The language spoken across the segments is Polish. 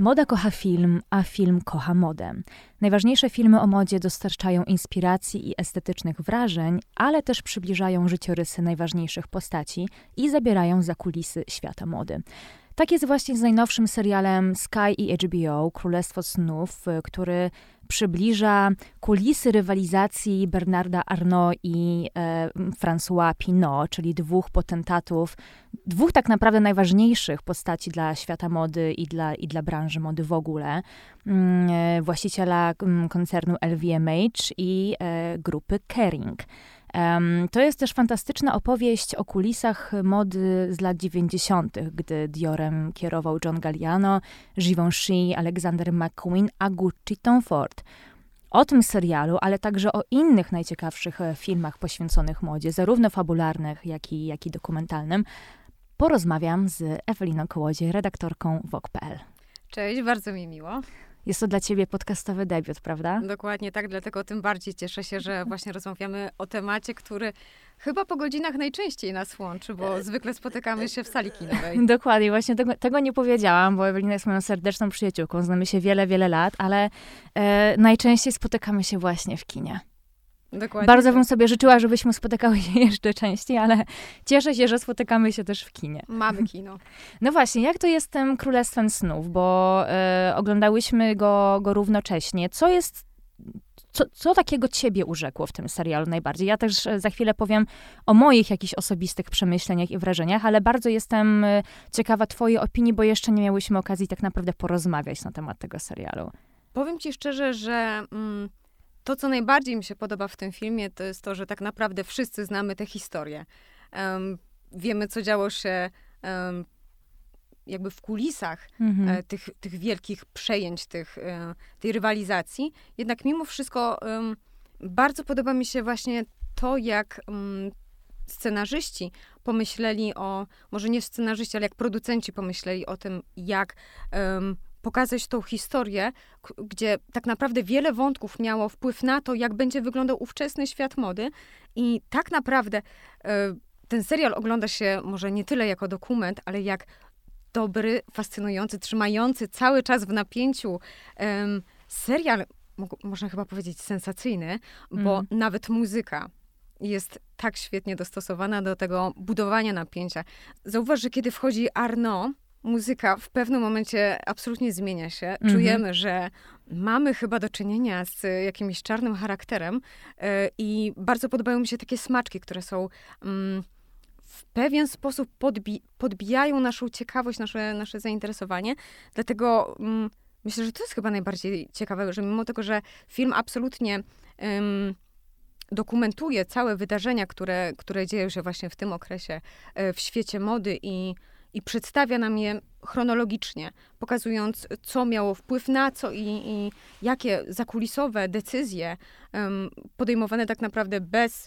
Moda kocha film, a film kocha modę. Najważniejsze filmy o modzie dostarczają inspiracji i estetycznych wrażeń, ale też przybliżają życiorysy najważniejszych postaci i zabierają za kulisy świata mody. Tak jest właśnie z najnowszym serialem Sky i HBO, Królestwo Snów, który przybliża kulisy rywalizacji Bernarda Arnault i François Pinault, czyli dwóch potentatów, dwóch tak naprawdę najważniejszych postaci dla świata mody i dla branży mody w ogóle. Właściciela koncernu LVMH i grupy Kering. To jest też fantastyczna opowieść o kulisach mody z lat 90., gdy Diorem kierował John Galliano, Givenchy, Alexander McQueen, a Gucci Tom Ford. O tym serialu, ale także o innych najciekawszych filmach poświęconych modzie, zarówno fabularnych, jak i dokumentalnym, porozmawiam z Eweliną Kołodziej, redaktorką Vogue.pl. Cześć, bardzo mi miło. Jest to dla ciebie podcastowy debiut, prawda? Dokładnie tak, dlatego tym bardziej cieszę się, że właśnie rozmawiamy o temacie, który chyba po godzinach najczęściej nas łączy, bo zwykle spotykamy się w sali kinowej. Dokładnie, właśnie tego nie powiedziałam, bo Ewelina jest moją serdeczną przyjaciółką, znamy się wiele, wiele lat, ale najczęściej spotykamy się właśnie w kinie. Dokładnie. Bardzo bym sobie życzyła, żebyśmy spotykały się jeszcze częściej, ale cieszę się, że spotykamy się też w kinie. Mamy kino. No właśnie, jak to jest z tym Królestwem Snów, bo oglądałyśmy go równocześnie. Co takiego ciebie urzekło w tym serialu najbardziej? Ja też za chwilę powiem o moich jakichś osobistych przemyśleniach i wrażeniach, ale bardzo jestem ciekawa twojej opinii, bo jeszcze nie miałyśmy okazji tak naprawdę porozmawiać na temat tego serialu. Powiem ci szczerze, że to, co najbardziej mi się podoba w tym filmie, to jest to, że tak naprawdę wszyscy znamy tę historię. Wiemy, co działo się jakby w kulisach tych wielkich przejęć, tej rywalizacji. Jednak mimo wszystko bardzo podoba mi się właśnie to, jak scenarzyści pomyśleli może nie scenarzyści, ale jak producenci pomyśleli o tym, jak pokazać tą historię, gdzie tak naprawdę wiele wątków miało wpływ na to, jak będzie wyglądał ówczesny świat mody. I tak naprawdę ten serial ogląda się może nie tyle jako dokument, ale jak dobry, fascynujący, trzymający cały czas w napięciu serial, można chyba powiedzieć sensacyjny, bo nawet muzyka jest tak świetnie dostosowana do tego budowania napięcia. Zauważ, że kiedy wchodzi Arnault, muzyka w pewnym momencie absolutnie zmienia się. Czujemy, że mamy chyba do czynienia z jakimś czarnym charakterem i bardzo podobają mi się takie smaczki, które są w pewien sposób podbijają naszą ciekawość, nasze zainteresowanie. Dlatego myślę, że to jest chyba najbardziej ciekawe, że mimo tego, że film absolutnie dokumentuje całe wydarzenia, które dzieją się właśnie w tym okresie w świecie mody i przedstawia nam je chronologicznie, pokazując, co miało wpływ na co i jakie zakulisowe decyzje podejmowane tak naprawdę bez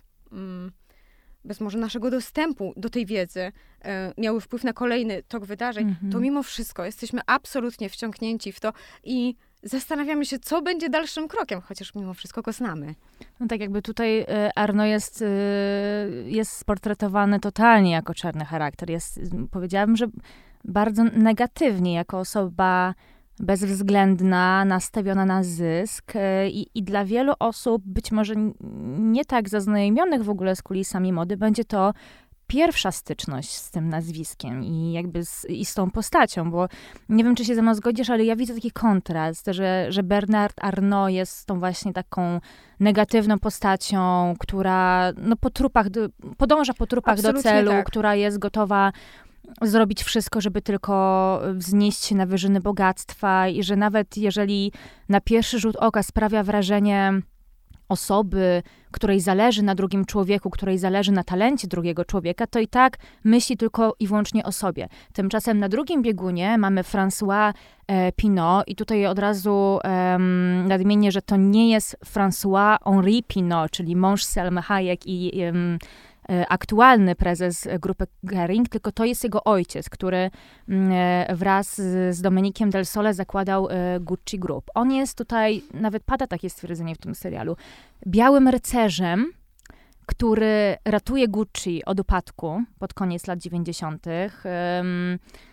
może naszego dostępu do tej wiedzy miały wpływ na kolejny tok wydarzeń, to mimo wszystko jesteśmy absolutnie wciągnięci w to i zastanawiamy się, co będzie dalszym krokiem, chociaż mimo wszystko go znamy. No tak jakby tutaj Arnault jest sportretowany totalnie jako czarny charakter. Powiedziałabym, że bardzo negatywnie, jako osoba bezwzględna, nastawiona na zysk i dla wielu osób, być może nie tak zaznajomionych w ogóle z kulisami mody, będzie to pierwsza styczność z tym nazwiskiem i jakby z tą postacią, bo nie wiem, czy się ze mną zgodzisz, ale ja widzę taki kontrast, że Bernard Arnault jest tą właśnie taką negatywną postacią, która podąża po trupach do celu, tak. Która jest gotowa zrobić wszystko, żeby tylko wznieść się na wyżyny bogactwa i że nawet jeżeli na pierwszy rzut oka sprawia wrażenie osoby, której zależy na drugim człowieku, której zależy na talencie drugiego człowieka, to i tak myśli tylko i wyłącznie o sobie. Tymczasem na drugim biegunie mamy François Pinault i tutaj od razu nadmienię, że to nie jest François-Henri Pinault, czyli mąż Selmy Hayek i aktualny prezes grupy Kering, tylko to jest jego ojciec, który wraz z Dominikiem Del Sole zakładał Gucci Group. On jest tutaj, nawet pada takie stwierdzenie w tym serialu, białym rycerzem, który ratuje Gucci od upadku pod koniec lat 90.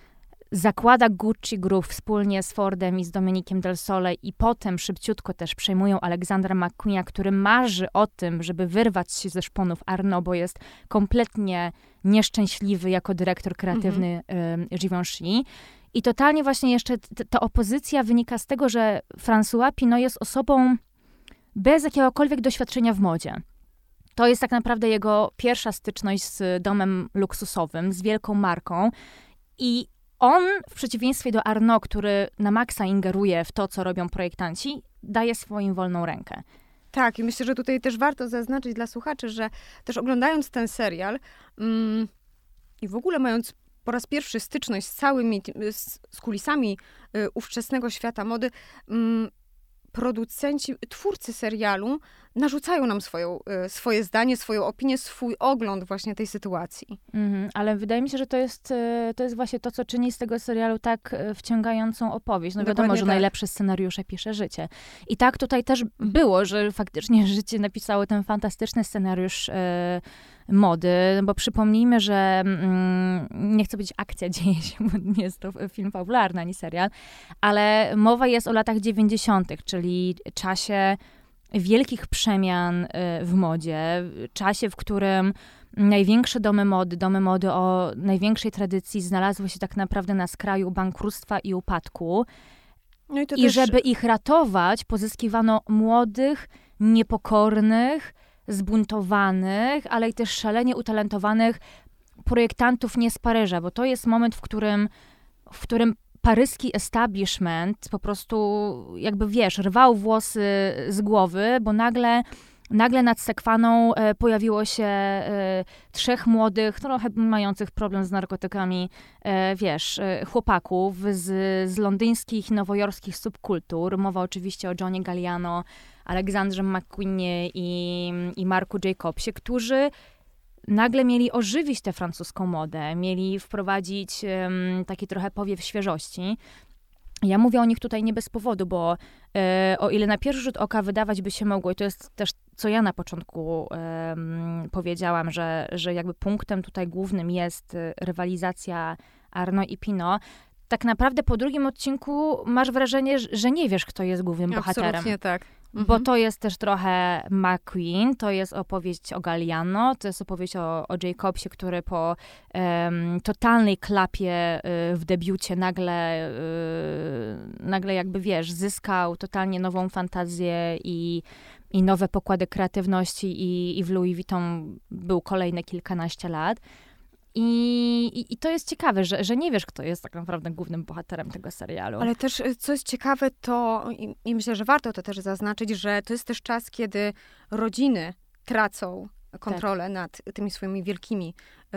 zakłada Gucci Group wspólnie z Fordem i z Dominikiem Del Sole i potem szybciutko też przejmują Alexandra McQueena, który marzy o tym, żeby wyrwać się ze szponów Arnault, bo jest kompletnie nieszczęśliwy jako dyrektor kreatywny Givenchy. I totalnie właśnie jeszcze ta opozycja wynika z tego, że François Pinault jest osobą bez jakiegokolwiek doświadczenia w modzie. To jest tak naprawdę jego pierwsza styczność z domem luksusowym, z wielką marką. I on, w przeciwieństwie do Arnault, który na maksa ingeruje w to, co robią projektanci, daje swoim wolną rękę. Tak, i myślę, że tutaj też warto zaznaczyć dla słuchaczy, że też oglądając ten serial i w ogóle mając po raz pierwszy styczność z całymi, z kulisami ówczesnego świata mody, producenci, twórcy serialu narzucają nam swoje zdanie, swoją opinię, swój ogląd właśnie tej sytuacji. Ale wydaje mi się, że to jest właśnie to, co czyni z tego serialu tak wciągającą opowieść. No wiadomo, że najlepsze scenariusze pisze życie. I tak tutaj też było, że faktycznie życie napisało ten fantastyczny scenariusz mody, bo przypomnijmy, że nie chcę powiedzieć akcja dzieje się, bo nie jest to film fabularny ani serial, ale mowa jest o latach 90., czyli czasie wielkich przemian w modzie, czasie, w którym największe domy mody o największej tradycji znalazły się tak naprawdę na skraju bankructwa i upadku. No i żeby ich ratować, pozyskiwano młodych, niepokornych, zbuntowanych, ale i też szalenie utalentowanych projektantów nie z Paryża, bo to jest moment, w którym paryski establishment po prostu jakby, rwał włosy z głowy, bo nagle nad Sekwaną pojawiło się 3 młodych, trochę mających problem z narkotykami, chłopaków z londyńskich i nowojorskich subkultur. Mowa oczywiście o Johnie Galliano, Alexandrze McQueenie i Marku Jacobsie, którzy nagle mieli ożywić tę francuską modę, mieli wprowadzić taki trochę powiew świeżości. Ja mówię o nich tutaj nie bez powodu, bo o ile na pierwszy rzut oka wydawać by się mogło, i to jest też, co ja na początku powiedziałam, że jakby punktem tutaj głównym jest rywalizacja Arnault i Pinault, tak naprawdę po drugim odcinku masz wrażenie, że nie wiesz, kto jest głównym bohaterem. Absolutnie tak. Bo to jest też trochę McQueen, to jest opowieść o Galliano, to jest opowieść o Jacobsie, który po totalnej klapie w debiucie nagle jakby, zyskał totalnie nową fantazję i nowe pokłady kreatywności i w Louis Vuitton był kolejne kilkanaście lat. I to jest ciekawe, że nie wiesz, kto jest tak naprawdę głównym bohaterem tego serialu. Ale też, co jest ciekawe, to i myślę, że warto to też zaznaczyć, że to jest też czas, kiedy rodziny tracą kontrolę nad tymi swoimi wielkimi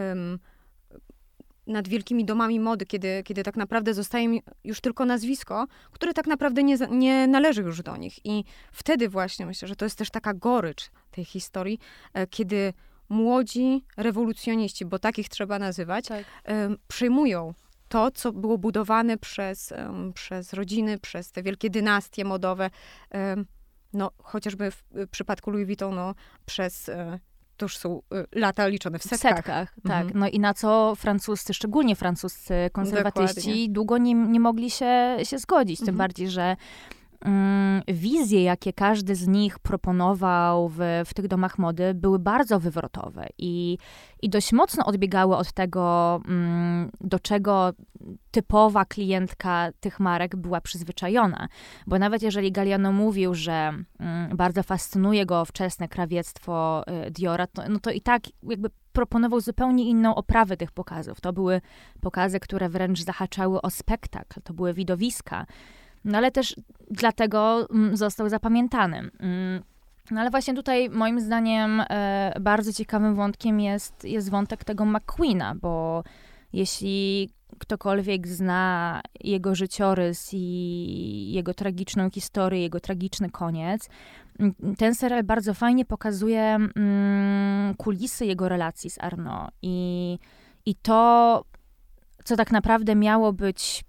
nad wielkimi domami mody, kiedy tak naprawdę zostaje im już tylko nazwisko, które tak naprawdę nie należy już do nich. I wtedy właśnie myślę, że to jest też taka gorycz tej historii, kiedy młodzi rewolucjoniści, bo takich trzeba nazywać, przejmują to, co było budowane przez rodziny, przez te wielkie dynastie modowe. No, chociażby w przypadku Louis Vuitton, przez to już są lata liczone w setkach. Tak. No i na co szczególnie francuscy konserwatyści długo nie mogli się zgodzić. Tym bardziej, że wizje, jakie każdy z nich proponował w tych domach mody, były bardzo wywrotowe i dość mocno odbiegały od tego, do czego typowa klientka tych marek była przyzwyczajona. Bo nawet jeżeli Galliano mówił, że bardzo fascynuje go wczesne krawiectwo Diora, to i tak jakby proponował zupełnie inną oprawę tych pokazów. To były pokazy, które wręcz zahaczały o spektakl, to były widowiska. No ale też dlatego został zapamiętany. No ale właśnie tutaj moim zdaniem bardzo ciekawym wątkiem jest wątek tego McQueena, bo jeśli ktokolwiek zna jego życiorys i jego tragiczną historię, jego tragiczny koniec, ten serial bardzo fajnie pokazuje kulisy jego relacji z Arnault i to, co tak naprawdę miało być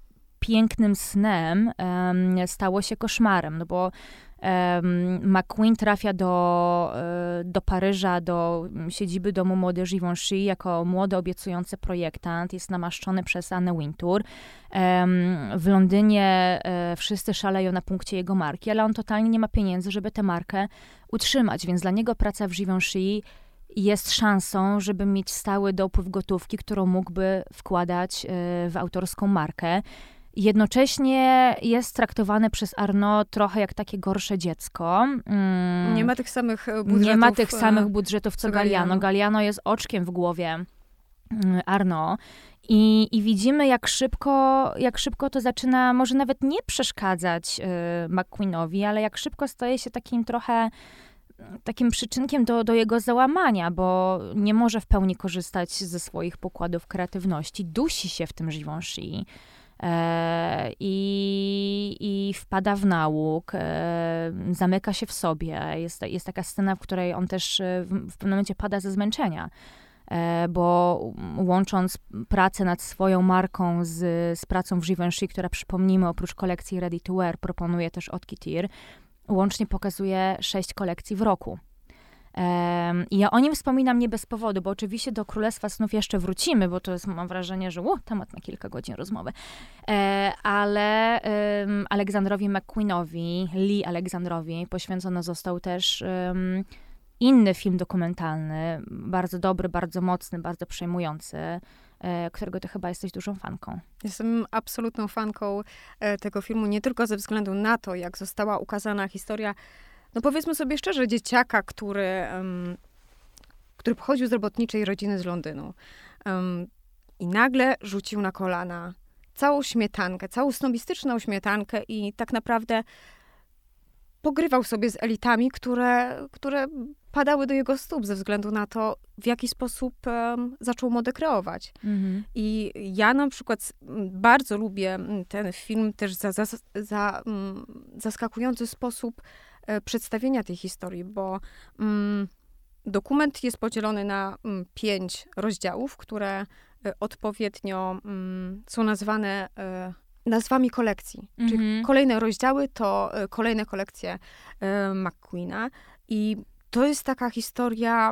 pięknym snem stało się koszmarem, no bo McQueen trafia do Paryża, do siedziby domu młody Givenchy jako młody, obiecujący projektant. Jest namaszczony przez Annę Wintour. W Londynie wszyscy szaleją na punkcie jego marki, ale on totalnie nie ma pieniędzy, żeby tę markę utrzymać, więc dla niego praca w Givenchy jest szansą, żeby mieć stały dopływ gotówki, którą mógłby wkładać w autorską markę. Jednocześnie jest traktowany przez Arnault trochę jak takie gorsze dziecko. Nie ma tych samych budżetów. Nie ma tych samych budżetów co Galliano. Galliano jest oczkiem w głowie Arnault. I widzimy, jak szybko to zaczyna może nawet nie przeszkadzać McQueenowi, ale jak szybko staje się takim przyczynkiem do jego załamania, bo nie może w pełni korzystać ze swoich pokładów kreatywności. Dusi się w tym Givenchy. I wpada w nałóg, zamyka się w sobie. Jest taka scena, w której on też w pewnym momencie pada ze zmęczenia, bo łącząc pracę nad swoją marką z pracą w Givenchy, która, przypomnijmy, oprócz kolekcji Ready to Wear proponuje też Haute Couture, łącznie pokazuje 6 kolekcji w roku. I ja o nim wspominam nie bez powodu, bo oczywiście do Królestwa Snów jeszcze wrócimy, bo to jest, mam wrażenie, że temat na kilka godzin rozmowy. Ale Alexandrowi McQueenowi, Lee Alexandrowi poświęcony został też inny film dokumentalny, bardzo dobry, bardzo mocny, bardzo przejmujący, którego ty chyba jesteś dużą fanką. Jestem absolutną fanką tego filmu, nie tylko ze względu na to, jak została ukazana historia, no powiedzmy sobie szczerze, dzieciaka, który pochodził z robotniczej rodziny z Londynu i nagle rzucił na kolana całą śmietankę, całą snobistyczną śmietankę i tak naprawdę pogrywał sobie z elitami, które padały do jego stóp ze względu na to, w jaki sposób zaczął modę kreować. Mhm. I ja na przykład bardzo lubię ten film też za zaskakujący sposób przedstawienia tej historii, bo dokument jest podzielony na 5 rozdziałów, które odpowiednio są nazwane nazwami kolekcji. Czyli kolejne rozdziały to kolejne kolekcje McQueena i to jest taka historia.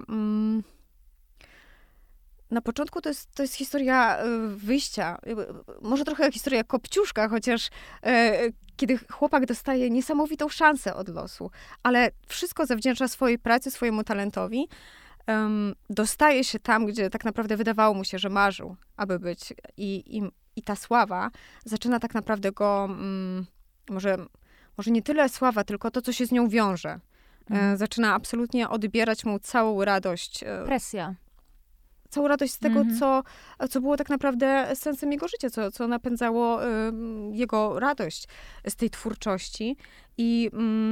Na początku to jest historia wyjścia, może trochę historia Kopciuszka, chociaż kiedy chłopak dostaje niesamowitą szansę od losu, ale wszystko zawdzięcza swojej pracy, swojemu talentowi, dostaje się tam, gdzie tak naprawdę wydawało mu się, że marzył, aby być. I ta sława zaczyna tak naprawdę go, może nie tyle sława, tylko to, co się z nią wiąże. Zaczyna absolutnie odbierać mu całą radość. Presja. Całą radość z tego, co było tak naprawdę sensem jego życia, co napędzało jego radość z tej twórczości. I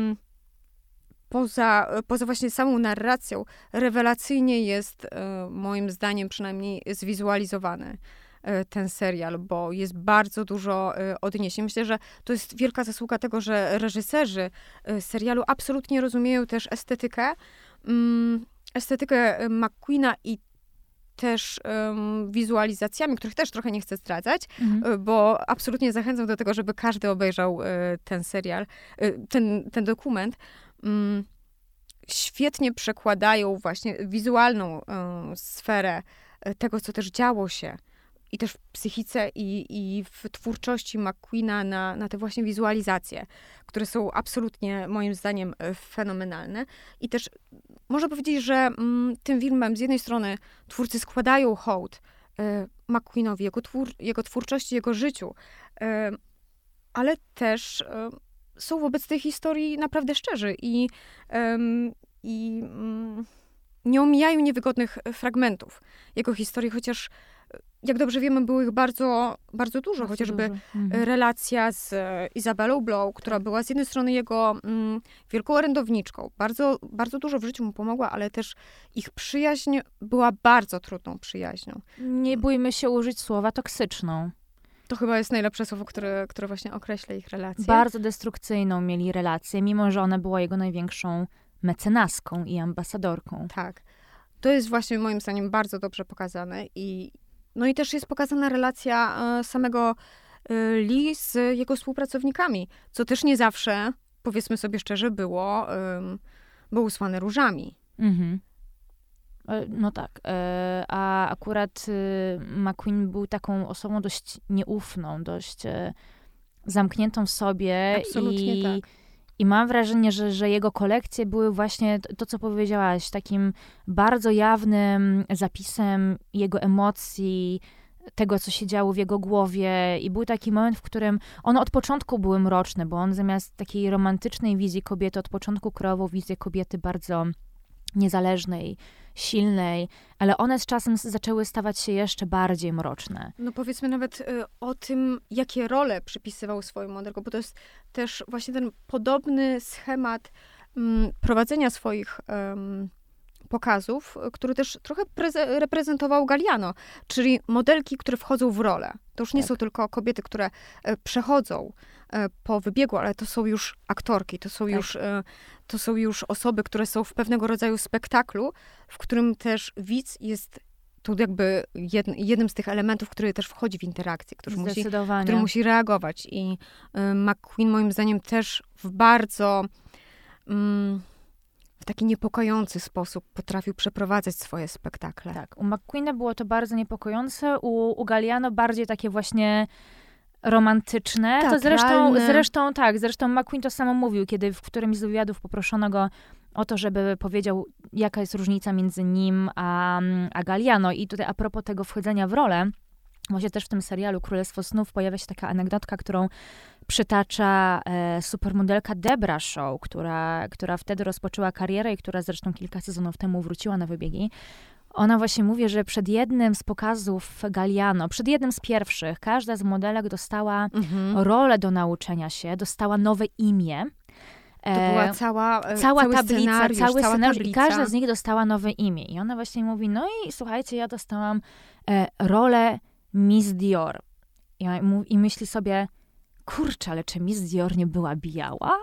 poza właśnie samą narracją, rewelacyjnie jest, moim zdaniem przynajmniej, zwizualizowany ten serial, bo jest bardzo dużo odniesień. Myślę, że to jest wielka zasługa tego, że reżyserzy serialu absolutnie rozumieją też estetykę McQueena i też wizualizacjami, których też trochę nie chcę zdradzać, bo absolutnie zachęcam do tego, żeby każdy obejrzał ten serial, ten dokument. Świetnie przekładają właśnie wizualną sferę tego, co też działo się i też w psychice i w twórczości McQueena na te właśnie wizualizacje, które są absolutnie, moim zdaniem, fenomenalne. I też można powiedzieć, że tym filmem z jednej strony twórcy składają hołd McQueenowi, jego twórczości, jego życiu, ale też są wobec tej historii naprawdę szczerzy i nie omijają niewygodnych fragmentów jego historii, chociaż jak dobrze wiemy, było ich bardzo, bardzo dużo. Chociażby relacja z Isabellą Blow, która była z jednej strony jego wielką orędowniczką. Bardzo, bardzo dużo w życiu mu pomogła, ale też ich przyjaźń była bardzo trudną przyjaźnią. Nie bójmy się użyć słowa toksyczną. To chyba jest najlepsze słowo, które właśnie określa ich relację. Bardzo destrukcyjną mieli relację, mimo że ona była jego największą mecenaską i ambasadorką. Tak. To jest właśnie moim zdaniem bardzo dobrze pokazane i też jest pokazana relacja samego Lee z jego współpracownikami, co też nie zawsze, powiedzmy sobie szczerze, było usłane różami. Mhm. No tak. A akurat McQueen był taką osobą dość nieufną, dość zamkniętą w sobie. Absolutnie tak. I mam wrażenie, że jego kolekcje były właśnie to, co powiedziałaś, takim bardzo jawnym zapisem jego emocji, tego, co się działo w jego głowie. I był taki moment, w którym one od początku były mroczne, bo on zamiast takiej romantycznej wizji kobiety, od początku kreował wizję kobiety bardzo niezależnej, silnej, ale one z czasem zaczęły stawać się jeszcze bardziej mroczne. No powiedzmy nawet o tym, jakie role przypisywał swoim modelkom, bo to jest też właśnie ten podobny schemat prowadzenia swoich pokazów, który też trochę reprezentował Galliano, czyli modelki, które wchodzą w rolę. To już nie są tylko kobiety, które przechodzą po wybiegu, ale to są już aktorki, to są już osoby, które są w pewnego rodzaju spektaklu, w którym też widz jest tu jakby jednym z tych elementów, który też wchodzi w interakcję, który musi reagować. I McQueen moim zdaniem też w bardzo w taki niepokojący sposób potrafił przeprowadzać swoje spektakle. Tak, u McQueena było to bardzo niepokojące, u Galliano bardziej takie właśnie romantyczne. To zresztą McQueen to samo mówił, kiedy w którymś z wywiadów poproszono go o to, żeby powiedział, jaka jest różnica między nim a Galliano. I tutaj a propos tego wchodzenia w rolę, właśnie też w tym serialu Królestwo Snów pojawia się taka anegdotka, którą przytacza supermodelka Debra Shaw, która wtedy rozpoczęła karierę i która zresztą kilka sezonów temu wróciła na wybiegi. Ona właśnie mówi, że przed jednym z pokazów Galliano, przed jednym z pierwszych, każda z modelek dostała rolę do nauczenia się, dostała nowe imię. To była cała tablica, cały scenariusz i każda z nich dostała nowe imię. I ona właśnie mówi, no i słuchajcie, ja dostałam rolę Miss Dior. I myśli sobie, kurczę, ale czy Miss Dior nie była biała?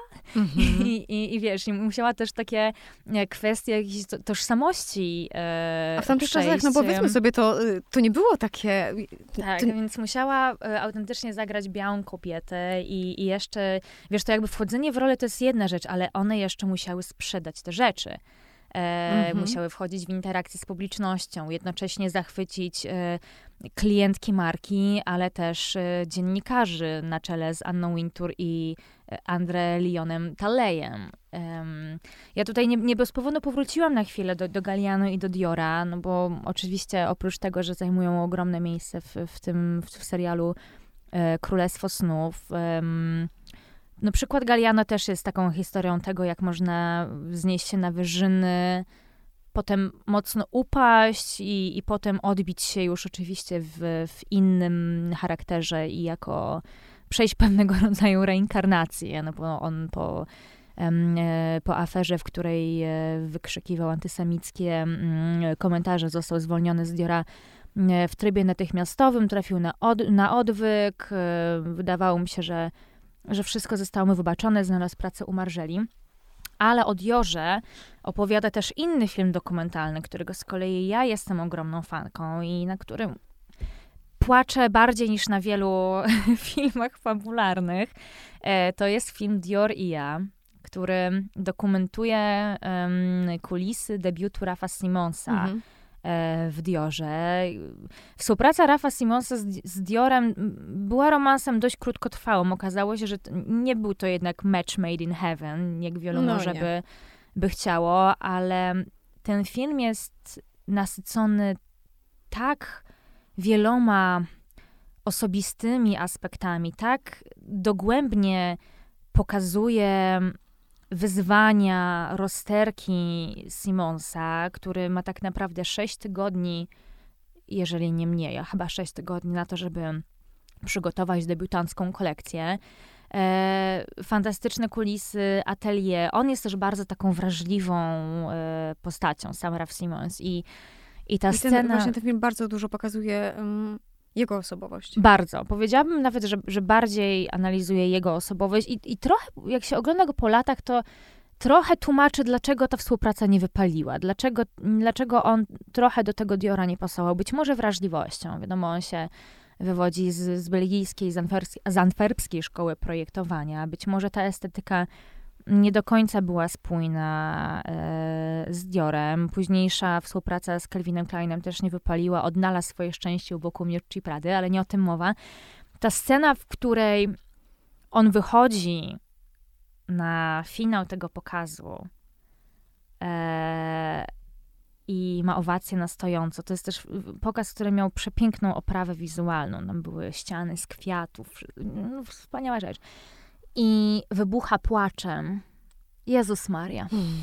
I wiesz, i musiała też takie kwestie jakiejś tożsamości a w tamtych czasach, no powiedzmy sobie, to nie było takie... Tak, więc musiała autentycznie zagrać białą kobietę i jeszcze, wiesz, to jakby wchodzenie w rolę to jest jedna rzecz, ale one jeszcze musiały sprzedać te rzeczy. Musiały wchodzić w interakcję z publicznością, jednocześnie zachwycić klientki marki, ale też dziennikarzy na czele z Anną Wintour i André Lyonem Talleyem. Ja tutaj nie bez powodu powróciłam na chwilę do Galliano i do Diora, no bo oczywiście oprócz tego, że zajmują ogromne miejsce w serialu Królestwo Snów, no przykład Galliano też jest taką historią tego, jak można wznieść się na wyżyny, potem mocno upaść i potem odbić się już oczywiście w innym charakterze i jako przejść pewnego rodzaju reinkarnację, no bo on po aferze, w której wykrzykiwał antysemickie komentarze, został zwolniony z Diora w trybie natychmiastowym, trafił na odwyk, wydawało mi się, że wszystko zostało mu wybaczone, znalazł pracę u Marżeli. Ale o Diorze opowiada też inny film dokumentalny, którego z kolei ja jestem ogromną fanką i na którym płaczę bardziej niż na wielu filmach fabularnych. To jest film Dior i ja, który dokumentuje kulisy debiutu Raffa Simonsa w Diorze. Współpraca Raffa Simonsa z Diorem była romansem dość krótkotrwałym. Okazało się, że nie był to jednak match made in heaven, jak wielu może by chciało, ale ten film jest nasycony tak wieloma osobistymi aspektami, tak dogłębnie pokazuje wyzwania, rozterki Simonsa, który ma tak naprawdę 6 tygodni, jeżeli nie mniej, a chyba 6 tygodni na to, żeby przygotować debiutancką kolekcję. Fantastyczne kulisy, atelier. On jest też bardzo taką wrażliwą postacią, sam Raf Simons. I ta scena... Właśnie ten film bardzo dużo pokazuje jego osobowość. Bardzo. Powiedziałabym nawet, że bardziej analizuje jego osobowość i trochę, jak się ogląda go po latach, trochę tłumaczy, dlaczego ta współpraca nie wypaliła, dlaczego on trochę do tego Diora nie pasował. Być może wrażliwością. Wiadomo, on się wywodzi z belgijskiej, z antwerpskiej szkoły projektowania. Być może ta estetyka nie do końca była spójna z Diorem. Późniejsza współpraca z Calvinem Kleinem też nie wypaliła. Odnalazł swoje szczęście wokół Miucci Prady, ale nie o tym mowa. Ta scena, w której on wychodzi na finał tego pokazu i ma owację na stojąco. To jest też pokaz, który miał przepiękną oprawę wizualną. Tam były ściany z kwiatów. No, wspaniała rzecz. I wybucha płaczem. Jezus Maria.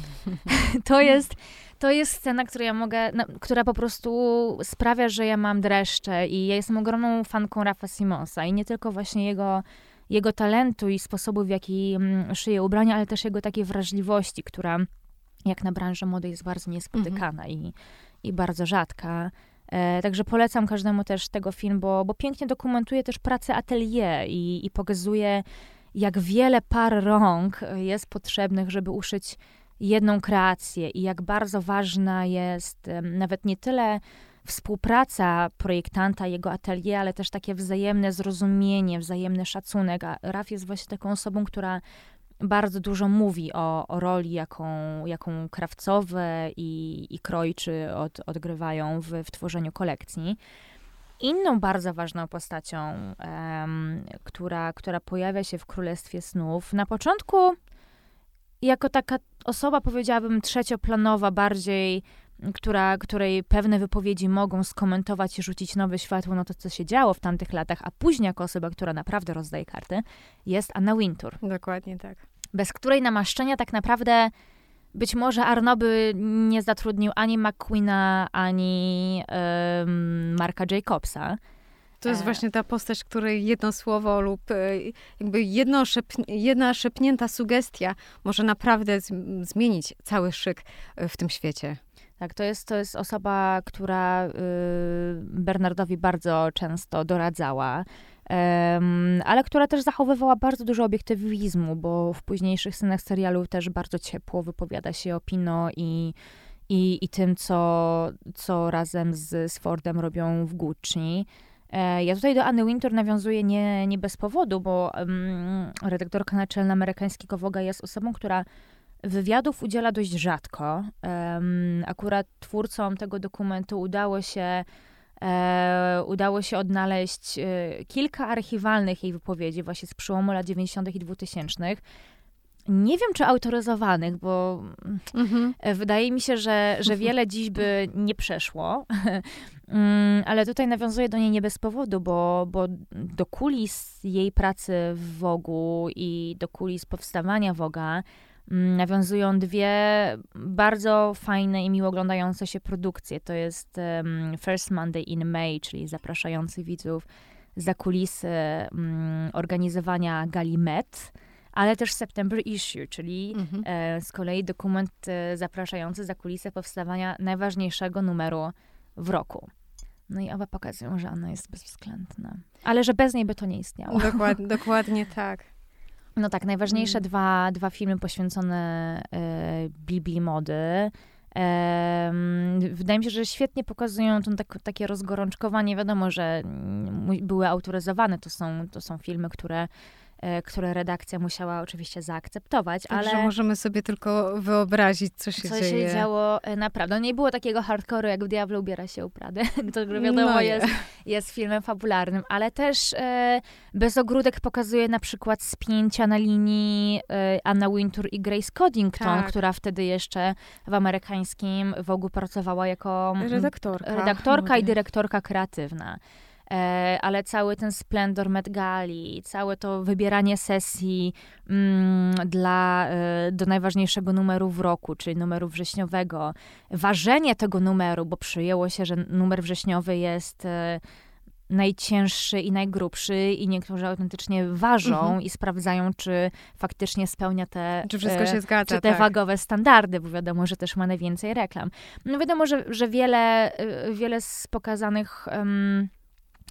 To jest scena, która po prostu sprawia, że ja mam dreszcze i ja jestem ogromną fanką Rafa Simonsa i nie tylko właśnie jego talentu i sposobu, w jaki szyje ubrania, ale też jego takiej wrażliwości, która jak na branżę mody jest bardzo niespotykana i bardzo rzadka. Także polecam każdemu też tego film, bo pięknie dokumentuje też pracę atelier i pokazuje, jak wiele par rąk jest potrzebnych, żeby uszyć jedną kreację i jak bardzo ważna jest nawet nie tyle współpraca projektanta, jego atelier, ale też takie wzajemne zrozumienie, wzajemny szacunek. A Raf jest właśnie taką osobą, która bardzo dużo mówi o roli, jaką krawcowe i krojczy odgrywają w tworzeniu kolekcji. Inną bardzo ważną postacią, która pojawia się w Królestwie Snów, na początku jako taka osoba, powiedziałabym, trzecioplanowa, bardziej, której pewne wypowiedzi mogą skomentować i rzucić nowe światło na to, co się działo w tamtych latach, a później jako osoba, która naprawdę rozdaje karty, jest Anna Wintour. Dokładnie tak. Bez której namaszczenia tak naprawdę być może Arnaud by nie zatrudnił ani McQueena, ani Marka Jacobsa. To jest właśnie ta postać, której jedno słowo lub jakby jedna szepnięta sugestia może naprawdę zmienić cały szyk w tym świecie. Tak, to jest osoba, która Bernardowi bardzo często doradzała, ale która też zachowywała bardzo dużo obiektywizmu, bo w późniejszych scenach serialu też bardzo ciepło wypowiada się o Pino i tym, co razem z Fordem robią w Gucci. Ja tutaj do Anny Wintour nawiązuję nie bez powodu, bo redaktorka naczelna amerykańskiego Vogue'a jest osobą, która wywiadów udziela dość rzadko. Akurat twórcom tego dokumentu udało się odnaleźć kilka archiwalnych jej wypowiedzi właśnie z przełomu lat 90. i 2000. Nie wiem, czy autoryzowanych, bo wydaje mi się, że wiele dziś by nie przeszło, ale tutaj nawiązuję do niej nie bez powodu, bo do kulis jej pracy w Vogue'u i do kulis powstawania Vogue'a nawiązują dwie bardzo fajne i miło oglądające się produkcje. To jest First Monday in May, czyli zapraszający widzów za kulisy organizowania gali Met, ale też September Issue, czyli z kolei dokument zapraszający za kulisy powstawania najważniejszego numeru w roku. No i oba pokazują, że Anna jest bezwzględna. Ale że bez niej by to nie istniało. Dokładnie tak. No tak, najważniejsze dwa filmy poświęcone Biblii mody. Wydaje mi się, że świetnie pokazują takie rozgorączkowanie. Wiadomo, że były autoryzowane. To są filmy, które redakcja musiała oczywiście zaakceptować, Także ale możemy sobie tylko wyobrazić, co się dzieje. Co się działo naprawdę. Nie było takiego hardcore'u, jak w Diablo ubiera się u Prady, który wiadomo jest filmem fabularnym, ale też Bez ogródek pokazuje na przykład spięcia na linii Anna Wintour i Grace Coddington, która wtedy jeszcze w amerykańskim Vogue'u pracowała jako redaktorka i dyrektorka kreatywna. Ale cały ten splendor Met Gali, całe to wybieranie sesji do najważniejszego numeru w roku, czyli numeru wrześniowego, ważenie tego numeru, bo przyjęło się, że numer wrześniowy jest najcięższy i najgrubszy i niektórzy autentycznie ważą i sprawdzają, czy faktycznie spełnia czy wszystko się zgadza, czy te wagowe standardy, bo wiadomo, że też ma najwięcej reklam. No wiadomo, że wiele z pokazanych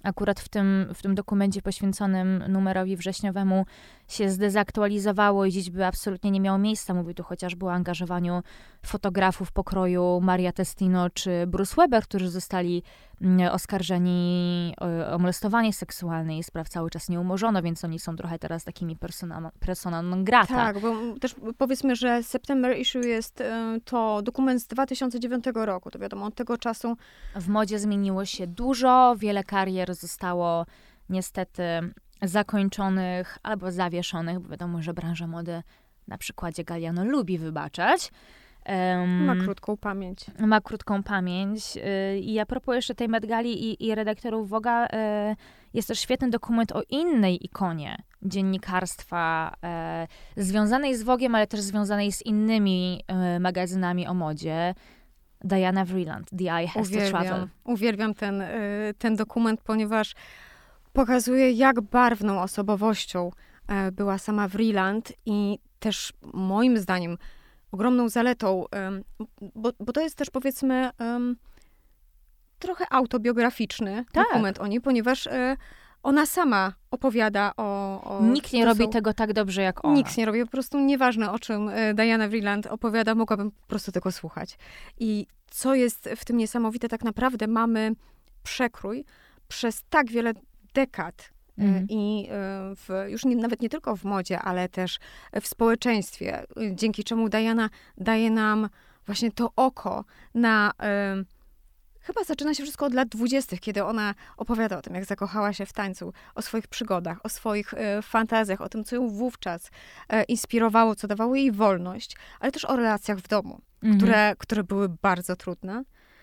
akurat w tym dokumencie poświęconym numerowi wrześniowemu się zdezaktualizowało i dziś by absolutnie nie miało miejsca. Mówię tu chociażby o angażowaniu fotografów pokroju Maria Testino czy Bruce Weber, którzy zostali oskarżeni o molestowanie seksualne i spraw cały czas nie umorzono, więc oni są trochę teraz takimi persona non grata. Tak, bo też powiedzmy, że September Issue jest to dokument z 2009 roku. To wiadomo, od tego czasu... W modzie zmieniło się dużo, wiele karier zostało niestety zakończonych albo zawieszonych, bo wiadomo, że branża mody na przykładzie Galliano lubi wybaczać. Ma krótką pamięć. Ma krótką pamięć. I a propos jeszcze tej Met Gali i redaktorów Vogue'a, jest też świetny dokument o innej ikonie dziennikarstwa, związanej z Vogue'iem, ale też związanej z innymi magazynami o modzie. Diana Vreeland, The Eye Has to Travel. Uwielbiam ten dokument, ponieważ pokazuje, jak barwną osobowością była sama Vreeland i też moim zdaniem ogromną zaletą, bo to jest też powiedzmy trochę autobiograficzny dokument o niej, ponieważ ona sama opowiada o Nikt nie robi tego tak dobrze jak ona. Nikt nie robi, po prostu nieważne o czym Diana Vreeland opowiada, mogłabym po prostu tego słuchać. I co jest w tym niesamowite, tak naprawdę mamy przekrój przez tak wiele dekad i już nawet nie tylko w modzie, ale też w społeczeństwie, dzięki czemu Diana daje nam właśnie to oko na... Chyba zaczyna się wszystko od lat 20., kiedy ona opowiada o tym, jak zakochała się w tańcu, o swoich przygodach, o swoich fantazjach, o tym, co ją wówczas inspirowało, co dawało jej wolność, ale też o relacjach w domu, które były bardzo trudne.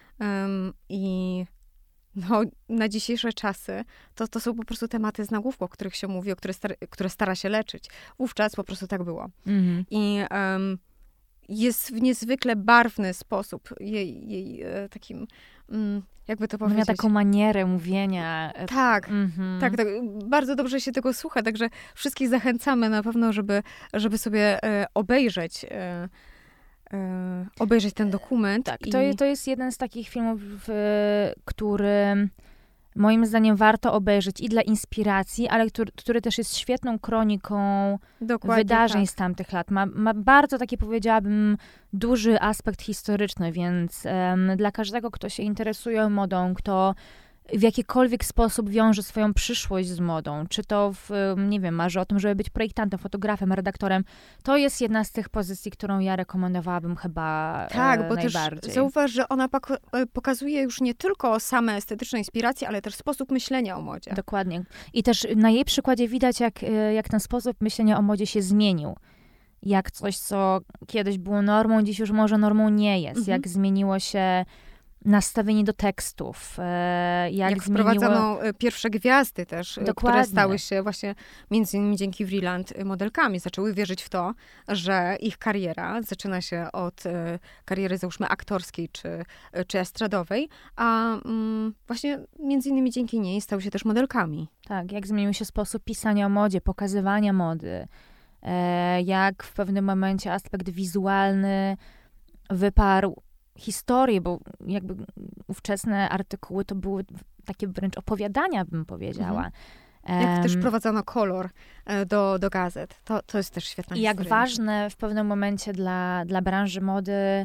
I no, na dzisiejsze czasy to są po prostu tematy z nagłówku, o których się mówi, które stara się leczyć. Wówczas po prostu tak było. I jest w niezwykle barwny sposób jej takim, jakby to powiedzieć... Miała taką manierę mówienia. Tak, tak. Bardzo dobrze się tego słucha, także wszystkich zachęcamy na pewno, żeby sobie obejrzeć ten dokument. Tak, to jest jeden z takich filmów, który moim zdaniem warto obejrzeć i dla inspiracji, ale który też jest świetną kroniką wydarzeń z tamtych lat. Ma bardzo taki, powiedziałabym, duży aspekt historyczny, więc dla każdego, kto się interesuje modą, kto w jakikolwiek sposób wiąże swoją przyszłość z modą, czy to nie wiem, marzy o tym, żeby być projektantem, fotografem, redaktorem, to jest jedna z tych pozycji, którą ja rekomendowałabym chyba bo najbardziej. Też zauważ, że ona pokazuje już nie tylko same estetyczne inspiracje, ale też sposób myślenia o modzie. Dokładnie. I też na jej przykładzie widać, jak ten sposób myślenia o modzie się zmienił. Jak coś, co kiedyś było normą, dziś już może normą nie jest. Jak zmieniło się nastawienie do tekstów. Jak wprowadzono pierwsze gwiazdy też, które stały się właśnie między innymi dzięki Vreeland modelkami. Zaczęły wierzyć w to, że ich kariera zaczyna się od kariery załóżmy aktorskiej czy estradowej, a właśnie między innymi dzięki niej stały się też modelkami. Tak, jak zmienił się sposób pisania o modzie, pokazywania mody. Jak w pewnym momencie aspekt wizualny wyparł historię, bo jakby ówczesne artykuły to były takie wręcz opowiadania, bym powiedziała. Jak też wprowadzono kolor do gazet. To jest też świetna historia. I jak ważne w pewnym momencie dla branży mody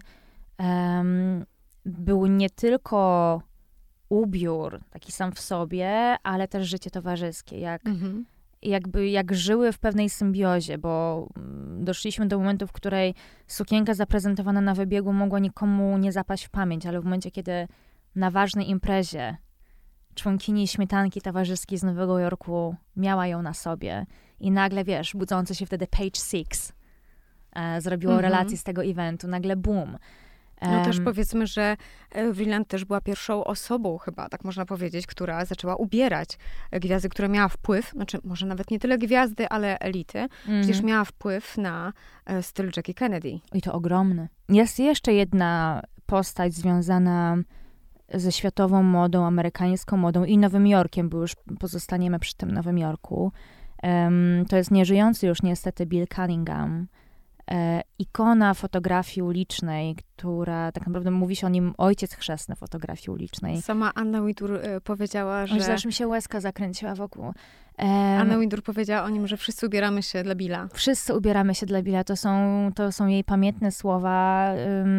był nie tylko ubiór taki sam w sobie, ale też życie towarzyskie. Jak żyły w pewnej symbiozie, bo doszliśmy do momentu, w której sukienka zaprezentowana na wybiegu mogła nikomu nie zapaść w pamięć, ale w momencie, kiedy na ważnej imprezie członkini śmietanki towarzyskiej z Nowego Jorku miała ją na sobie i nagle, wiesz, budzące się wtedy Page Six zrobiło relację z tego eventu, nagle boom. No też powiedzmy, że Vreeland też była pierwszą osobą chyba, tak można powiedzieć, która zaczęła ubierać gwiazdy, która miała wpływ, znaczy może nawet nie tyle gwiazdy, ale elity, przecież miała wpływ na styl Jackie Kennedy. I to ogromny. Jest jeszcze jedna postać związana ze światową modą, amerykańską modą i Nowym Jorkiem, bo już pozostaniemy przy tym Nowym Jorku. To jest nieżyjący już niestety Bill Cunningham, ikona fotografii ulicznej, która tak naprawdę mówi się o nim ojciec chrzestny fotografii ulicznej. Sama Anna Wintour powiedziała, że... Aż mi się łezka zakręciła wokół. Anna Wintour powiedziała o nim, że wszyscy ubieramy się dla Billa. Wszyscy ubieramy się dla Billa. To są jej pamiętne słowa.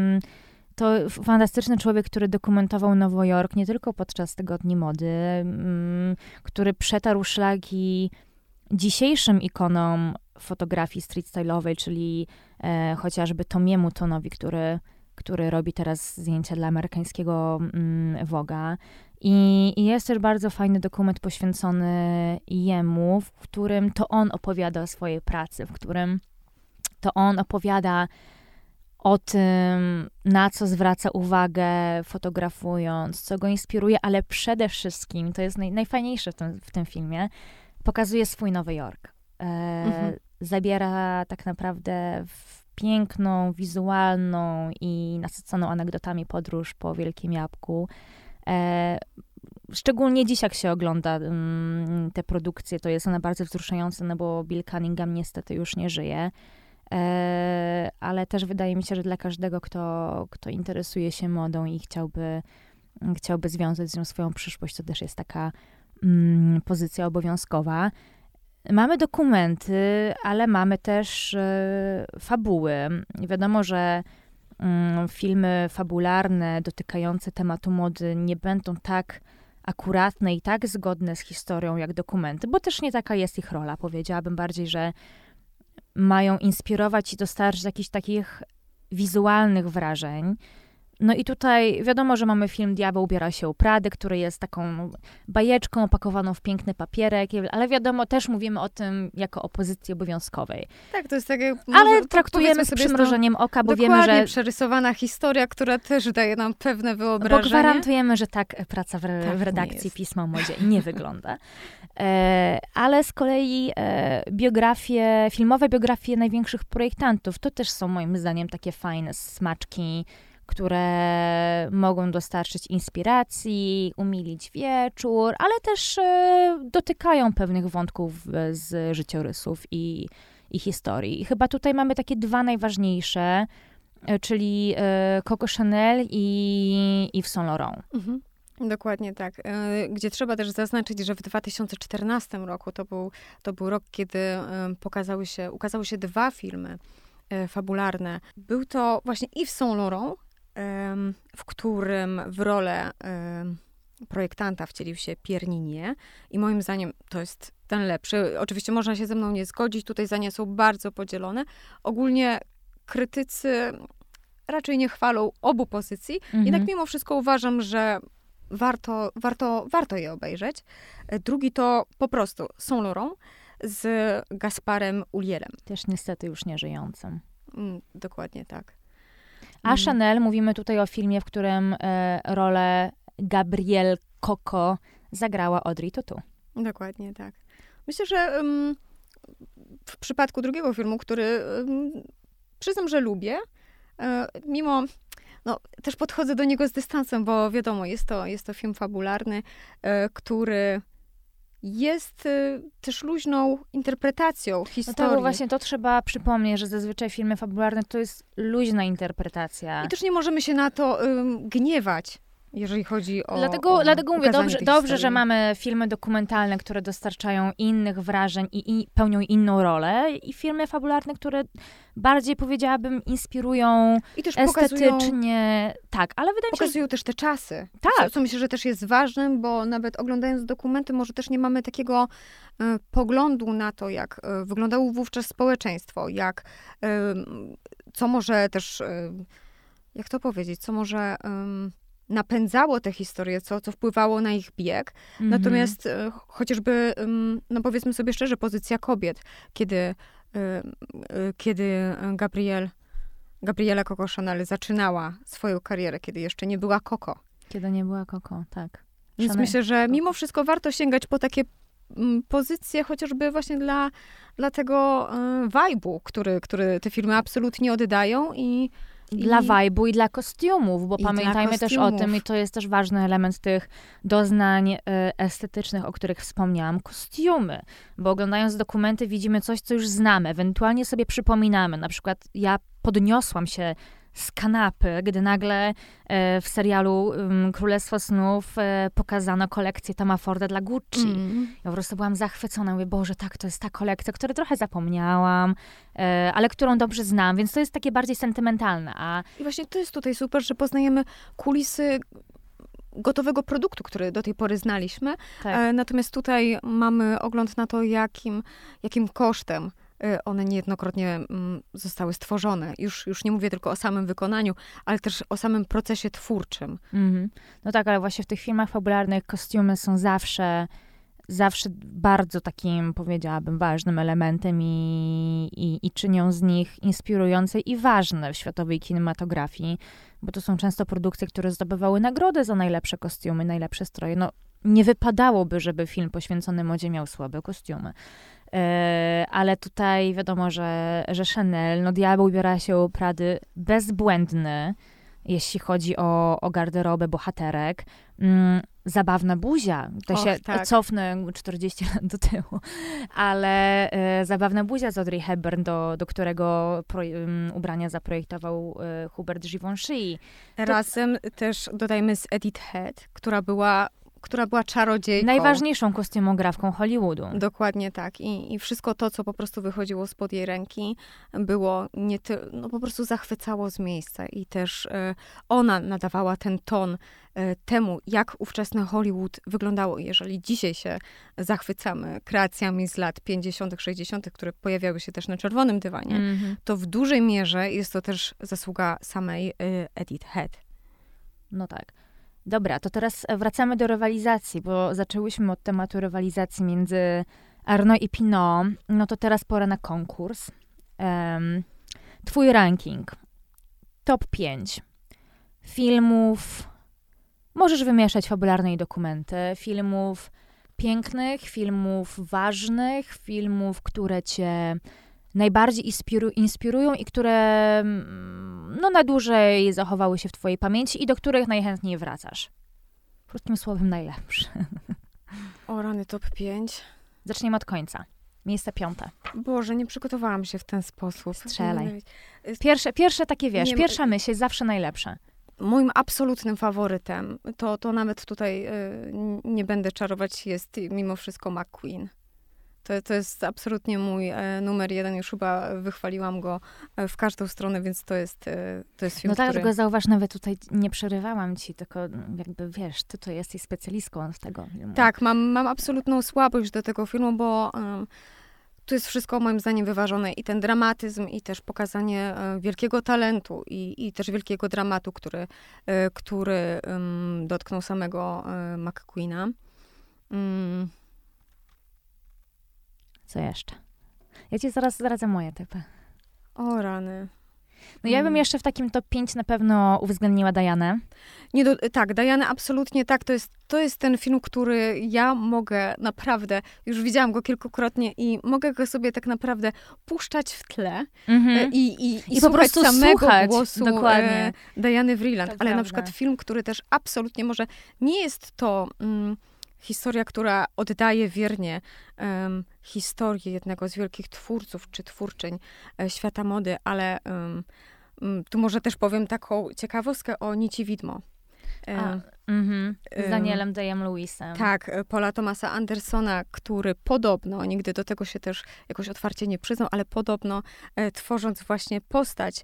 To fantastyczny człowiek, który dokumentował Nowy Jork nie tylko podczas tygodni mody, który przetarł szlaki dzisiejszym ikonom fotografii street style'owej, czyli chociażby Tomiemu Tonowi, który robi teraz zdjęcia dla amerykańskiego Vogue'a. I jest też bardzo fajny dokument poświęcony jemu, w którym to on opowiada o swojej pracy, w którym to on opowiada o tym, na co zwraca uwagę fotografując, co go inspiruje, ale przede wszystkim, to jest najfajniejsze w tym filmie, pokazuje swój Nowy Jork. Zabiera tak naprawdę w piękną, wizualną i nasyconą anegdotami podróż po Wielkim Jabłku. Szczególnie dziś, jak się ogląda te produkcje, to jest ona bardzo wzruszająca, no bo Bill Cunningham niestety już nie żyje. Ale też wydaje mi się, że dla każdego, kto interesuje się modą i chciałby związać z nią swoją przyszłość, to też jest taka pozycja obowiązkowa. Mamy dokumenty, ale mamy też fabuły. Wiadomo, że filmy fabularne dotykające tematu mody nie będą tak akuratne i tak zgodne z historią jak dokumenty, bo też nie taka jest ich rola. Powiedziałabym bardziej, że mają inspirować i dostarczyć jakichś takich wizualnych wrażeń. No i tutaj wiadomo, że mamy film Diabeł ubiera się u Prady, który jest taką bajeczką opakowaną w piękny papierek, ale wiadomo, też mówimy o tym jako o pozycji obowiązkowej. Tak, to jest takie... Ale traktujemy z przymrużeniem oka, bo wiemy, że... przerysowana historia, która też daje nam pewne wyobrażenie. Bo gwarantujemy, że tak praca w redakcji Pisma o Modzie nie wygląda. Ale z kolei filmowe biografie największych projektantów, to też są moim zdaniem takie fajne smaczki, które mogą dostarczyć inspiracji, umilić wieczór, ale też dotykają pewnych wątków z życiorysów i historii. I chyba tutaj mamy takie dwa najważniejsze, czyli Coco Chanel i Yves Saint Laurent. Mhm. Dokładnie tak. Gdzie trzeba też zaznaczyć, że w 2014 roku to był rok, kiedy ukazały się dwa filmy fabularne. Był to właśnie Yves Saint Laurent, w którym w rolę projektanta wcielił się Pierre Ninier i moim zdaniem to jest ten lepszy. Oczywiście można się ze mną nie zgodzić, tutaj zdania są bardzo podzielone. Ogólnie krytycy raczej nie chwalą obu pozycji, jednak mimo wszystko uważam, że warto je obejrzeć. Drugi to po prostu Saint Laurent z Gasparem Ullielem. Też niestety już nieżyjącym. Dokładnie tak. A Chanel, mówimy tutaj o filmie, w którym rolę Gabrielle Coco zagrała Audrey Tautou. Dokładnie tak. Myślę, że w przypadku drugiego filmu, który przyznam, że lubię, mimo... No, też podchodzę do niego z dystansem, bo wiadomo, jest to film fabularny, który jest też luźną interpretacją historii. No tak, bo właśnie to trzeba przypomnieć, że zazwyczaj filmy fabularne to jest luźna interpretacja. I też nie możemy się na to gniewać, jeżeli chodzi o Dlatego mówię, dobrze, że mamy mamy filmy dokumentalne, które dostarczają innych wrażeń i pełnią inną rolę, i filmy fabularne, które bardziej, powiedziałabym, inspirują i też estetycznie. Tak, ale wydaje mi się, pokazują też te czasy. Tak. Co myślę, że też jest ważne, bo nawet oglądając dokumenty, może też nie mamy takiego poglądu na to, jak wyglądało wówczas społeczeństwo, co może też, jak to powiedzieć, co może napędzało te historie, co wpływało na ich bieg. Natomiast chociażby, no powiedzmy sobie szczerze, pozycja kobiet, kiedy Gabriela Coco Chanel zaczynała swoją karierę, kiedy jeszcze nie była Coco. Kiedy nie była Coco, tak. Więc myślę, że mimo wszystko warto sięgać po takie pozycje, chociażby właśnie dla tego vibe'u, który te filmy absolutnie oddają Dla vibe'u i dla kostiumów, bo pamiętajmy też o tym, i to jest też ważny element tych doznań estetycznych, o których wspomniałam, kostiumy. Bo oglądając dokumenty widzimy coś, co już znamy, ewentualnie sobie przypominamy. Na przykład ja podniosłam się z kanapy, gdy nagle w serialu Królestwo Snów pokazano kolekcję Toma Forda dla Gucci. Ja po prostu byłam zachwycona. Mówię, Boże, tak, to jest ta kolekcja, której trochę zapomniałam, ale którą dobrze znam, więc to jest takie bardziej sentymentalne. I właśnie to jest tutaj super, że poznajemy kulisy gotowego produktu, który do tej pory znaliśmy. Tak. Natomiast tutaj mamy ogląd na to, jakim kosztem one niejednokrotnie zostały stworzone. Już nie mówię tylko o samym wykonaniu, ale też o samym procesie twórczym. No tak, ale właśnie w tych filmach fabularnych kostiumy są zawsze bardzo takim, powiedziałabym, ważnym elementem i czynią z nich inspirujące i ważne w światowej kinematografii, bo to są często produkcje, które zdobywały nagrodę za najlepsze kostiumy, najlepsze stroje. No, nie wypadałoby, żeby film poświęcony modzie miał słabe kostiumy. Ale tutaj wiadomo, że Chanel, no diabeł ubiera się u Prady bezbłędny, jeśli chodzi o garderobę bohaterek. Zabawna buzia, to się cofnę 40 lat do tyłu, ale zabawna buzia z Audrey Hepburn, do którego ubrania zaprojektował Hubert Givenchy. Razem też dodajmy z Edith Head, która była czarodziejką. Najważniejszą kostiumografką Hollywoodu. Dokładnie tak. I wszystko to, co po prostu wychodziło spod jej ręki, było po prostu zachwycało z miejsca. I też ona nadawała ten ton temu, jak ówczesny Hollywood wyglądało. Jeżeli dzisiaj się zachwycamy kreacjami z lat 50., 60., które pojawiały się też na czerwonym dywanie, to w dużej mierze jest to też zasługa samej Edith Head. No tak. Dobra, to teraz wracamy do rywalizacji, bo zaczęłyśmy od tematu rywalizacji między Arnaud i Pinault. No to teraz pora na konkurs. Twój ranking. Top 5 filmów. Możesz wymieszać fabularne i dokumenty. Filmów pięknych, filmów ważnych, filmów, które cię najbardziej inspirują i które na dłużej zachowały się w twojej pamięci i do których najchętniej wracasz. Krótkim słowem najlepszy. O rany, top 5. Zaczniemy od końca. Miejsce 5. Boże, nie przygotowałam się w ten sposób. Strzelaj. Pierwsze takie, wiesz, pierwsza myśl jest zawsze najlepsza. Moim absolutnym faworytem, to nawet tutaj nie będę czarować, jest mimo wszystko McQueen. To jest absolutnie mój numer 1. Już chyba wychwaliłam go w każdą stronę, więc to jest film, No tak, tylko zauważ, nawet tutaj nie przerywałam ci, tylko jakby wiesz, ty to jesteś specjalistką z tego filmu. Tak, mam absolutną słabość do tego filmu, bo tu jest wszystko moim zdaniem wyważone. I ten dramatyzm, i też pokazanie wielkiego talentu, i też wielkiego dramatu, który dotknął samego McQueena. Co jeszcze? Ja ci zaraz zdradzę moje typy. O rany. No ja bym jeszcze w takim top 5 na pewno uwzględniła Dianę. Tak, Dianę absolutnie tak. To jest ten film, który ja mogę naprawdę, już widziałam go kilkukrotnie i mogę go sobie tak naprawdę puszczać w tle i po prostu samego głosu dokładnie. Diany Vreeland. Ale prawda. Na przykład film, który też absolutnie może, nie jest to historia, która oddaje wiernie historię jednego z wielkich twórców czy twórczyń świata mody, ale tu może też powiem taką ciekawostkę o Nici Widmo. Z Danielem Day-Lewisem. Tak, Paula Thomasa Andersona, który podobno, nigdy do tego się też jakoś otwarcie nie przyznał, ale podobno tworząc właśnie postać,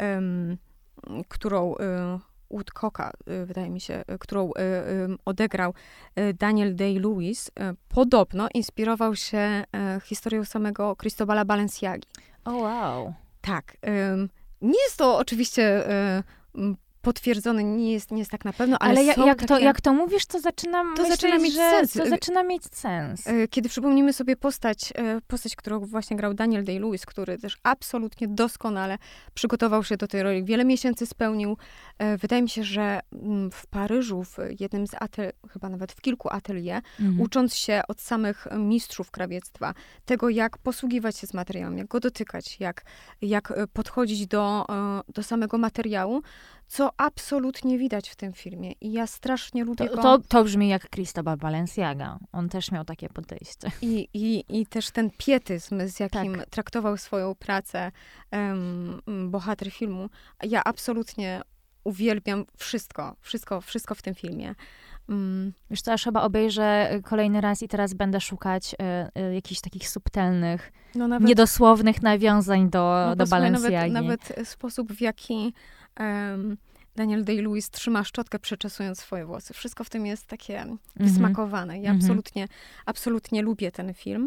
którą Woodcocka, wydaje mi się, którą odegrał Daniel Day-Lewis, podobno inspirował się historią samego Cristobala Balenciagi. Oh, wow. Tak. Nie jest to oczywiście potwierdzone, nie jest tak na pewno, ale jak to mówisz, to zaczyna mieć sens. To zaczyna mieć sens. Kiedy przypomnimy sobie postać, którą właśnie grał Daniel Day-Lewis, który też absolutnie doskonale przygotował się do tej roli, wiele miesięcy spełnił. Wydaje mi się, że w Paryżu, w jednym z chyba nawet w kilku atelier, ucząc się od samych mistrzów krawiectwa, tego jak posługiwać się z materiałem, jak go dotykać, jak podchodzić do samego materiału, co absolutnie widać w tym filmie. I ja strasznie lubię go. To brzmi jak Cristobal Balenciaga. On też miał takie podejście. I też ten pietyzm, z jakim traktował swoją pracę bohater filmu. Ja absolutnie uwielbiam wszystko w tym filmie. Wiesz co, aż chyba obejrzę kolejny raz i teraz będę szukać jakichś takich subtelnych, niedosłownych nawiązań do Balenciagi. Nawet sposób, w jaki Daniel Day-Lewis trzyma szczotkę, przeczesując swoje włosy. Wszystko w tym jest takie wysmakowane. Ja absolutnie lubię ten film.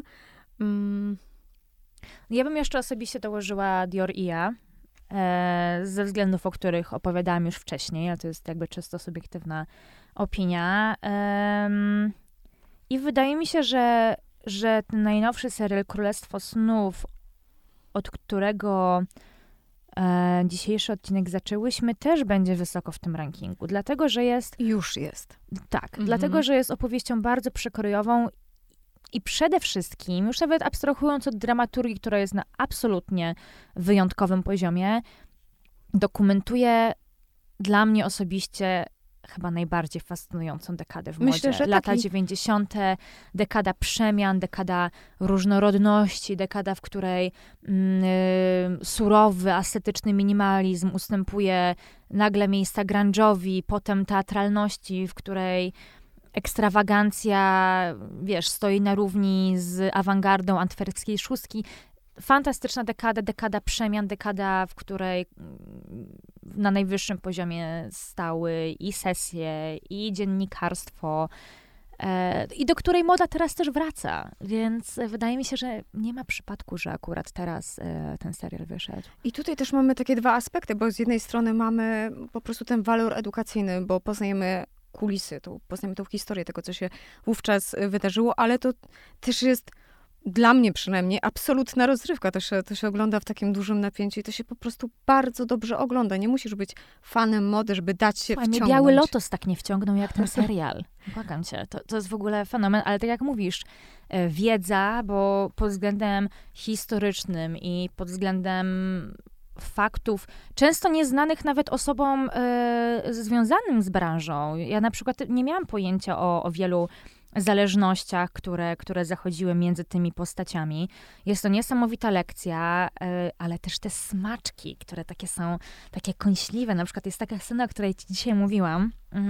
Ja bym jeszcze osobiście dołożyła Dior i ja, ze względów, o których opowiadałam już wcześniej, ale to jest jakby czysto subiektywna opinia. I wydaje mi się, że ten najnowszy serial Królestwo Snów, od którego dzisiejszy odcinek zaczęłyśmy, też będzie wysoko w tym rankingu, dlatego, że jest... Już jest. Tak, dlatego, że jest opowieścią bardzo przekrojową i przede wszystkim, już nawet abstrahując od dramaturgii, która jest na absolutnie wyjątkowym poziomie, dokumentuje dla mnie osobiście chyba najbardziej fascynującą dekadę w modzie. Myślę, że lata 90., dekada przemian, dekada różnorodności, dekada, w której surowy, ascetyczny minimalizm ustępuje nagle miejsca grunge'owi, potem teatralności, w której ekstrawagancja, stoi na równi z awangardą antwerpskiej szóstki. Fantastyczna dekada przemian, dekada, w której na najwyższym poziomie stały i sesje, i dziennikarstwo, i do której moda teraz też wraca. Więc wydaje mi się, że nie ma przypadku, że akurat teraz ten serial wyszedł. I tutaj też mamy takie dwa aspekty, bo z jednej strony mamy po prostu ten walor edukacyjny, bo poznajemy kulisy, poznajemy tą historię tego, co się wówczas wydarzyło, ale to też jest dla mnie przynajmniej absolutna rozrywka. To się ogląda w takim dużym napięciu i to się po prostu bardzo dobrze ogląda. Nie musisz być fanem mody, żeby dać się wciągnąć. Biały Lotos tak nie wciągnął jak ten serial. Błagam cię. To jest w ogóle fenomen, ale tak jak mówisz, wiedza, bo pod względem historycznym i pod względem faktów, często nieznanych nawet osobom związanym z branżą. Ja na przykład nie miałam pojęcia o wielu zależnościach, które zachodziły między tymi postaciami. Jest to niesamowita lekcja, ale też te smaczki, które takie są, takie kąśliwe. Na przykład jest taka scena, o której ci dzisiaj mówiłam,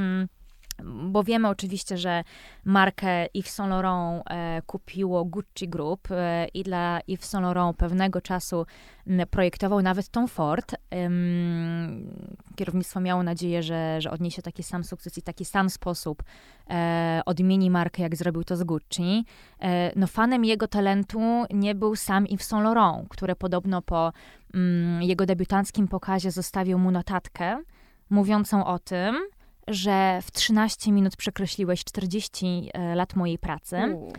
bo wiemy oczywiście, że markę Yves Saint Laurent kupiło Gucci Group i dla Yves Saint Laurent pewnego czasu projektował nawet Tom Ford. Kierownictwo miało nadzieję, że odniesie taki sam sukces i taki sam sposób odmieni markę, jak zrobił to z Gucci. Fanem jego talentu nie był sam Yves Saint Laurent, który podobno po jego debiutanckim pokazie zostawił mu notatkę mówiącą o tym, że w 13 minut przekreśliłeś 40 lat mojej pracy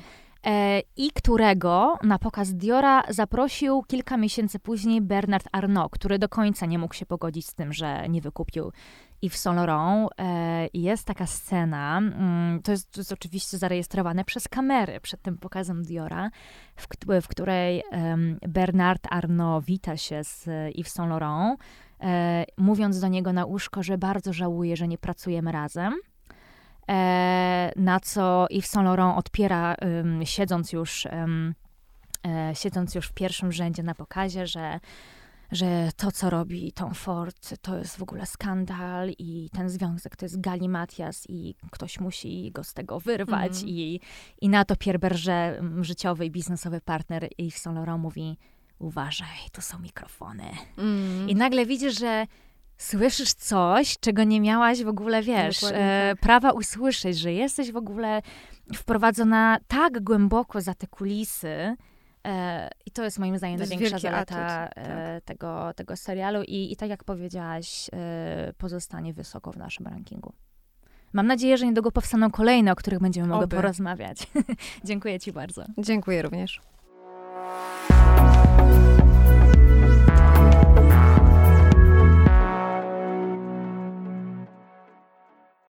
i którego na pokaz Diora zaprosił kilka miesięcy później Bernard Arnault, który do końca nie mógł się pogodzić z tym, że nie wykupił Yves Saint Laurent. Jest taka scena, to jest oczywiście zarejestrowane przez kamery przed tym pokazem Diora, w której Bernard Arnault wita się z Yves Saint Laurent, mówiąc do niego na uszko, że bardzo żałuje, że nie pracujemy razem. Na co Yves Saint Laurent odpiera, siedząc już w pierwszym rzędzie na pokazie, że to, co robi Tom Ford, to jest w ogóle skandal i ten związek to jest galimatias i ktoś musi go z tego wyrwać. I na to Pierre Berger, życiowy i biznesowy partner Yves Saint Laurent, mówi: uważaj, to są mikrofony. I nagle widzisz, że słyszysz coś, czego nie miałaś w ogóle, prawa usłyszeć, że jesteś w ogóle wprowadzona tak głęboko za te kulisy I to jest moim zdaniem To jest największa wielki zaleta atut, tego serialu. I tak jak powiedziałaś, pozostanie wysoko w naszym rankingu. Mam nadzieję, że niedługo powstaną kolejne, o których będziemy mogły porozmawiać. Dziękuję ci bardzo. Dziękuję również.